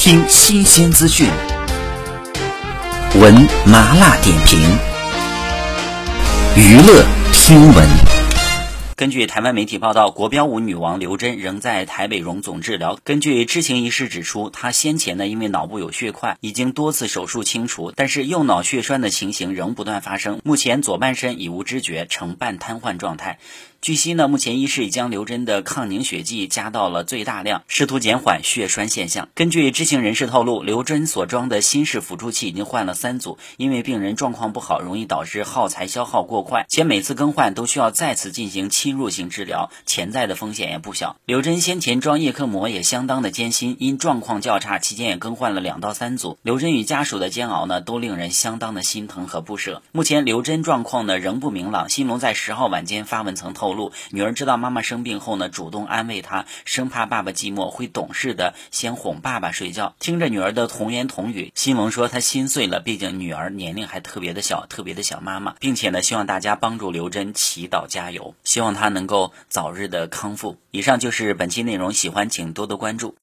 听新鲜资讯，闻麻辣点评，娱乐听闻。根据台湾媒体报道，国标舞女王刘真仍在台北荣总治疗。根据知情医师指出，她先前因为脑部有血块，已经多次手术清除，但是右脑血栓的情形仍不断发生。目前左半身已无知觉，呈半瘫痪状态。据悉目前医师已将刘真的抗凝血剂加到了最大量，试图减缓血栓现象。根据知情人士透露，刘真所装的心室辅助器已经换了3组，因为病人状况不好，容易导致耗材消耗过快，且每次更换都需要再次进行侵入性治疗，潜在的风险也不小。刘真先前装叶克膜也相当的艰辛，因状况较差，期间也更换了2到3组。刘真与家属的煎熬都令人相当的心疼和不舍。目前刘真状况仍不明朗。新龙在10号晚间发文曾透露，女儿知道妈妈生病后主动安慰她，生怕爸爸寂寞，会懂事的先哄爸爸睡觉。听着女儿的童言童语，新龙说他心碎了，毕竟女儿年龄还特别的小，特别的小妈妈，并且希望大家帮助刘真祈祷加油，希望她能够早日的康复。以上就是本期内容，喜欢请多多关注。